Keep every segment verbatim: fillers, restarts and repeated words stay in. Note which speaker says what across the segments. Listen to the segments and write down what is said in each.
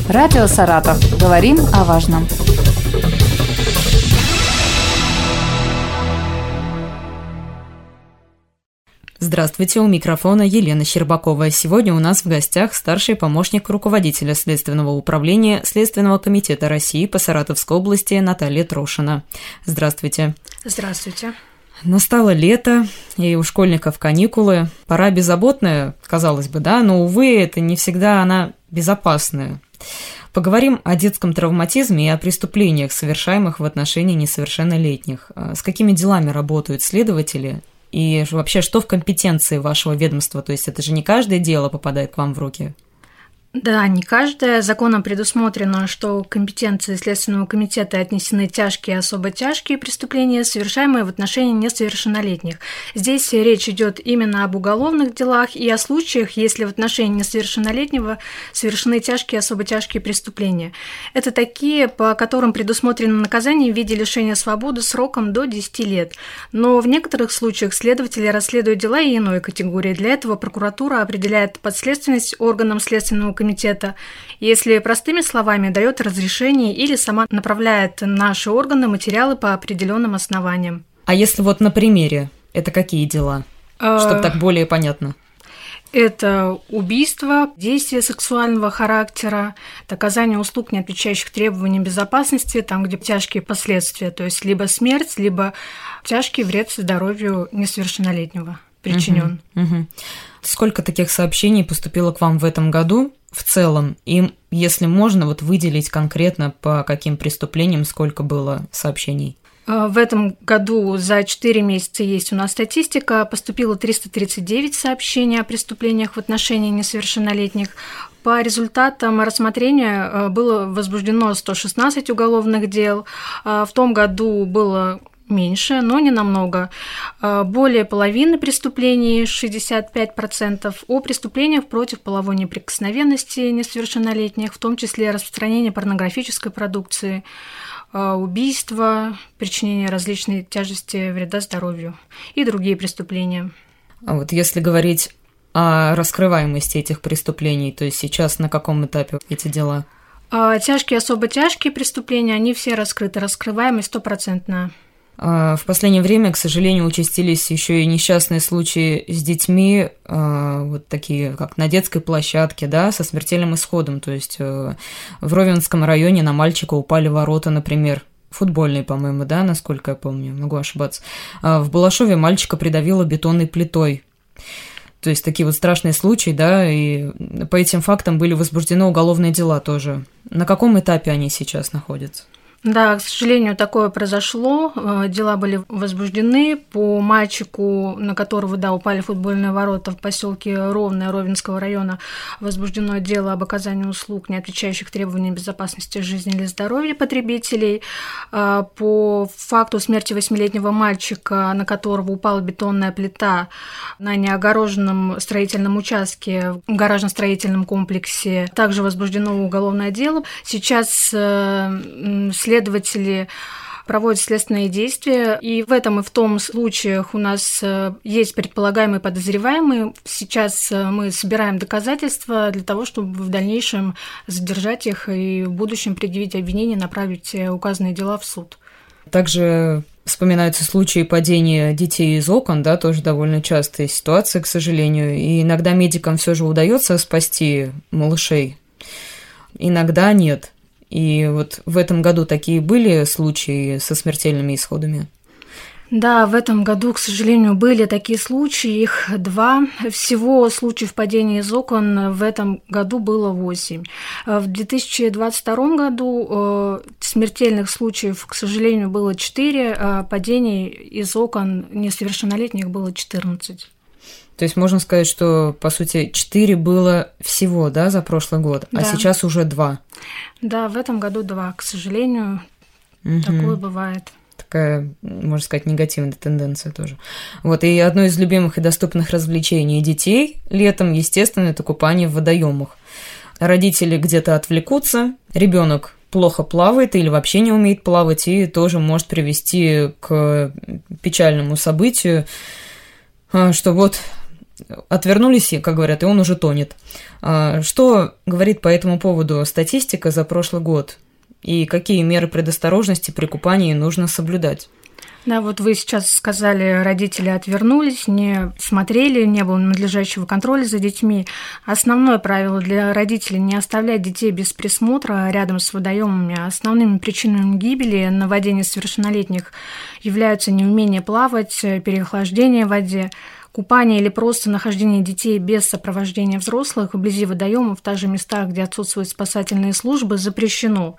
Speaker 1: Радио «Саратов». Говорим о важном.
Speaker 2: Здравствуйте, у микрофона Елена Щербакова. Сегодня у нас в гостях старший помощник руководителя Следственного управления Следственного комитета России по Саратовской области Наталья Трошина. Здравствуйте.
Speaker 3: Здравствуйте.
Speaker 2: Настало лето, и у школьников каникулы. Пора беззаботная, казалось бы, да, но, увы, это не всегда она безопасная. Поговорим о детском травматизме и о преступлениях, совершаемых в отношении несовершеннолетних. С какими делами работают следователи? И вообще, что в компетенции вашего ведомства? То есть это же не каждое дело попадает к вам в руки?
Speaker 3: Да, не каждое. Законом предусмотрено, что к компетенции Следственного комитета отнесены тяжкие и особо тяжкие преступления, совершаемые в отношении несовершеннолетних. Здесь речь идет именно об уголовных делах и о случаях, если в отношении несовершеннолетнего совершены тяжкие и особо тяжкие преступления. Это такие, по которым предусмотрено наказание в виде лишения свободы сроком до десяти лет. Но в некоторых случаях следователи расследуют дела и иной категории. Для этого прокуратура определяет подследственность органам Следственного комитета, если простыми словами дает разрешение или сама направляет наши органы материалы по определенным основаниям.
Speaker 2: А если вот на примере, это какие дела? Чтобы так более понятно.
Speaker 3: Это убийство, действия сексуального характера, оказание услуг, не отвечающих требованиям безопасности, там, где тяжкие последствия, то есть либо смерть, либо тяжкий вред здоровью несовершеннолетнего причинен.
Speaker 2: Угу, угу. Сколько таких сообщений поступило к вам в этом году в целом? И если можно, вот выделить конкретно, по каким преступлениям сколько было сообщений?
Speaker 3: В этом году за четыре месяца есть у нас статистика. Поступило триста тридцать девять сообщений о преступлениях в отношении несовершеннолетних. По результатам рассмотрения было возбуждено сто шестнадцать уголовных дел. В том году было меньше, но не намного. Более половины преступлений, шестьдесят пять процентов, о преступлениях против половой неприкосновенности несовершеннолетних, в том числе распространение порнографической продукции, убийства, причинение различной тяжести вреда здоровью и другие преступления.
Speaker 2: А вот если говорить о раскрываемости этих преступлений, то есть сейчас на каком этапе эти дела?
Speaker 3: Тяжкие, особо тяжкие преступления, они все раскрыты, раскрываемость стопроцентная.
Speaker 2: В последнее время, к сожалению, участились еще и несчастные случаи с детьми, вот такие, как на детской площадке, да, со смертельным исходом. То есть в Ровенском районе на мальчика упали ворота, например, футбольные, по-моему, да, насколько я помню, могу ошибаться. В Балашове мальчика придавило бетонной плитой. То есть такие вот страшные случаи, да, и по этим фактам были возбуждены уголовные дела тоже. На каком этапе они сейчас находятся?
Speaker 3: Да, к сожалению, такое произошло. Дела были возбуждены по мальчику, на которого, да, упали футбольные ворота в поселке Ровное Ровенского района. Возбуждено дело об оказании услуг, не отвечающих требованиям безопасности жизни или здоровья потребителей. По факту смерти восьмилетнего мальчика, на которого упала бетонная плита на неогороженном строительном участке в гаражно-строительном комплексе, также возбуждено уголовное дело. Сейчас следователи проводят следственные действия, и в этом и в том случаях у нас есть предполагаемые подозреваемые. Сейчас мы собираем доказательства для того, чтобы в дальнейшем задержать их и в будущем предъявить обвинение, направить указанные дела в суд.
Speaker 2: Также вспоминаются случаи падения детей из окон, да, тоже довольно частая ситуация, к сожалению, и иногда медикам все же удается спасти малышей, иногда нет. И вот в этом году такие были случаи со смертельными исходами?
Speaker 3: Да, в этом году, к сожалению, были такие случаи, их два. Всего случаев падения из окон в этом году было восемь. В две тысячи двадцать втором году смертельных случаев, к сожалению, было четыре, а падений из окон несовершеннолетних было четырнадцать.
Speaker 2: То есть можно сказать, что, по сути, четыре было всего, да, за прошлый год, да. А сейчас уже два.
Speaker 3: Да, в этом году два, к сожалению, угу. Такое бывает.
Speaker 2: Такая, можно сказать, негативная тенденция тоже. Вот, и одно из любимых и доступных развлечений детей летом, естественно, это купание в водоемах. Родители где-то отвлекутся, ребенок плохо плавает или вообще не умеет плавать, и тоже может привести к печальному событию, что вот отвернулись, как говорят, и он уже тонет. Что говорит по этому поводу статистика за прошлый год? И какие меры предосторожности при купании нужно соблюдать?
Speaker 3: Да, вот вы сейчас сказали, родители отвернулись, не смотрели, не было надлежащего контроля за детьми. Основное правило для родителей – не оставлять детей без присмотра рядом с водоемами. Основными причинами гибели на воде несовершеннолетних являются неумение плавать, переохлаждение в воде, купание или просто нахождение детей без сопровождения взрослых вблизи водоемов, в также местах, где отсутствуют спасательные службы, запрещено.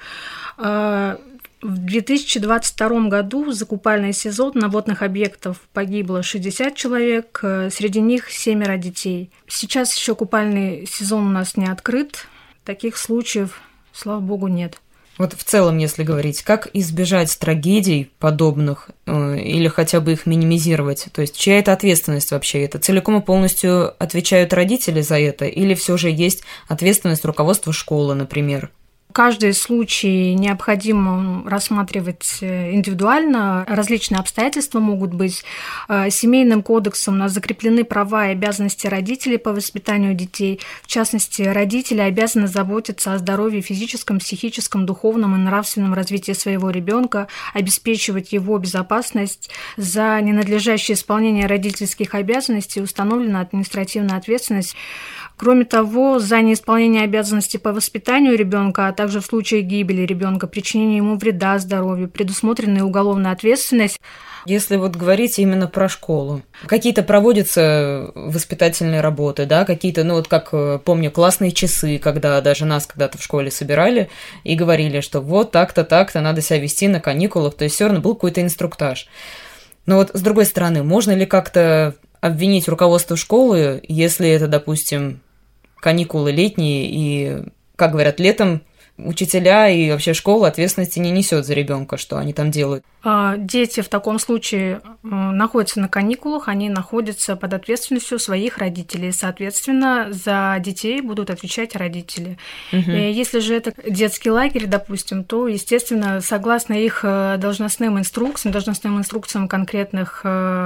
Speaker 3: В две тысячи двадцать втором году за купальный сезон на водных объектах погибло шестьдесят человек, среди них семеро детей. Сейчас еще купальный сезон у нас не открыт, таких случаев, слава богу, нет.
Speaker 2: Вот в целом, если говорить, как избежать трагедий подобных э, или хотя бы их минимизировать? То есть чья это ответственность вообще? Это целиком и полностью отвечают родители за это? Или все же есть ответственность руководства школы, например?
Speaker 3: Каждый случай необходимо рассматривать индивидуально. Различные обстоятельства могут быть. Семейным кодексом у нас закреплены права и обязанности родителей по воспитанию детей. В частности, родители обязаны заботиться о здоровье физическом, психическом, духовном и нравственном развитии своего ребенка, обеспечивать его безопасность. За ненадлежащее исполнение родительских обязанностей установлена административная ответственность. Кроме того, за неисполнение обязанностей по воспитанию ребенка, а также в случае гибели ребенка, причинения ему вреда здоровью, предусмотрена уголовная ответственность.
Speaker 2: Если вот говорить именно про школу, какие-то проводятся воспитательные работы, да, какие-то, ну вот как помню, классные часы, когда даже нас когда-то в школе собирали и говорили, что вот так-то, так-то надо себя вести на каникулах, то есть все равно был какой-то инструктаж. Но вот с другой стороны, можно ли как-то обвинить руководство школы, если это, допустим, каникулы летние, и, как говорят, летом учителя и вообще школа ответственности не несет за ребенка, что они там делают?
Speaker 3: Дети в таком случае находятся на каникулах, они находятся под ответственностью своих родителей. Соответственно, за детей будут отвечать родители. Угу. Если же это детский лагерь, допустим, то, естественно, согласно их должностным инструкциям, должностным инструкциям конкретных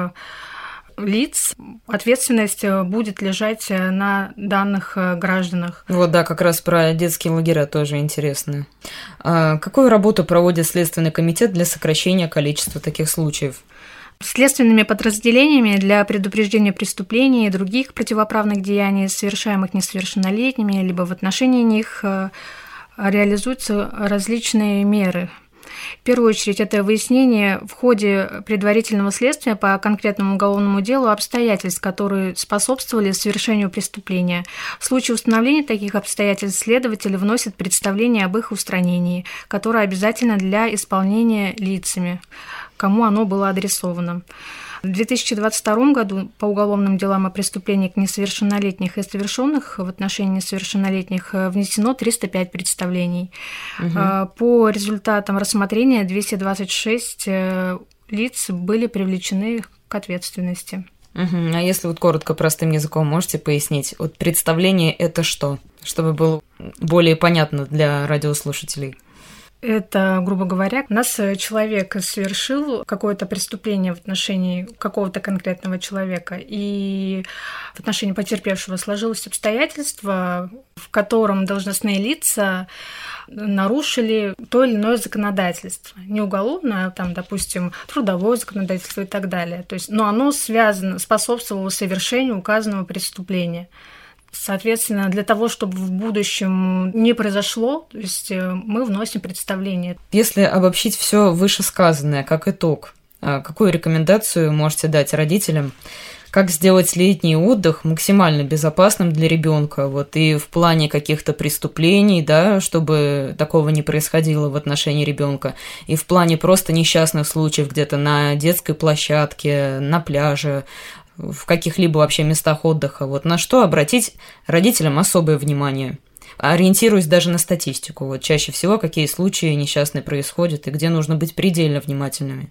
Speaker 3: лиц, ответственность будет лежать на данных гражданах.
Speaker 2: Вот, да, как раз про детские лагеря тоже интересно. А какую работу проводит Следственный комитет для сокращения количества таких случаев?
Speaker 3: Следственными подразделениями для предупреждения преступлений и других противоправных деяний, совершаемых несовершеннолетними, либо в отношении них реализуются различные меры. В первую очередь, это выяснение в ходе предварительного следствия по конкретному уголовному делу обстоятельств, которые способствовали совершению преступления. В случае установления таких обстоятельств следователь вносит представление об их устранении, которое обязательно для исполнения лицами, кому оно было адресовано. В две тысячи двадцать втором году по уголовным делам о преступлениях несовершеннолетних и совершенных в отношении несовершеннолетних внесено триста пять представлений. Угу. По результатам рассмотрения двести двадцать шесть лиц были привлечены к ответственности.
Speaker 2: Угу. А если вот коротко, простым языком можете пояснить, вот представление – это что? Чтобы было более понятно для радиослушателей.
Speaker 3: Это, грубо говоря, у нас человек совершил какое-то преступление в отношении какого-то конкретного человека, и в отношении потерпевшего сложилось обстоятельство, в котором должностные лица нарушили то или иное законодательство. Не уголовное, а там, допустим, трудовое законодательство и так далее. То есть, но оно связано, способствовало совершению указанного преступления. Соответственно, для того, чтобы в будущем не произошло, то есть мы вносим представление.
Speaker 2: Если обобщить все вышесказанное как итог, какую рекомендацию можете дать родителям, как сделать летний отдых максимально безопасным для ребенка, вот и в плане каких-то преступлений, да, чтобы такого не происходило в отношении ребенка, и в плане просто несчастных случаев где-то на детской площадке, на пляже, в каких-либо вообще местах отдыха, вот на что обратить родителям особое внимание, ориентируясь даже на статистику, вот чаще всего какие случаи несчастные происходят и где нужно быть предельно внимательными.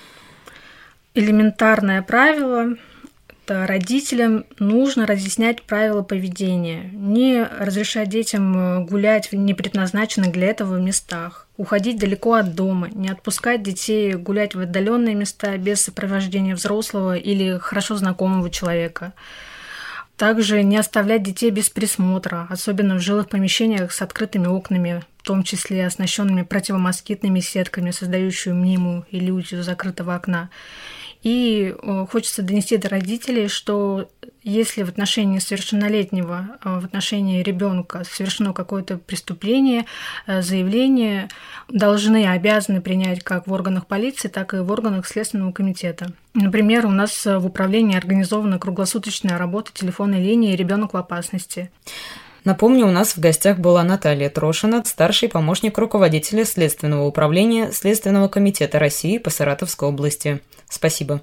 Speaker 3: Элементарное правило – это родителям нужно разъяснять правила поведения, не разрешать детям гулять в непредназначенных для этого местах, уходить далеко от дома, не отпускать детей гулять в отдаленные места без сопровождения взрослого или хорошо знакомого человека. Также не оставлять детей без присмотра, особенно в жилых помещениях с открытыми окнами, в том числе оснащенными противомоскитными сетками, создающими мнимую иллюзию закрытого окна. И хочется донести до родителей, что если в отношении совершеннолетнего, в отношении ребенка совершено какое-то преступление, заявление должны, обязаны принять как в органах полиции, так и в органах Следственного комитета. Например, у нас в управлении организована круглосуточная работа телефонной линии «Ребенок в опасности».
Speaker 2: Напомню, у нас в гостях была Наталья Трошина, старший помощник руководителя Следственного управления Следственного комитета России по Саратовской области. Спасибо.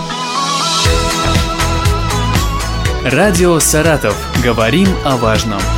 Speaker 4: Радио «Саратов». Говорим о важном.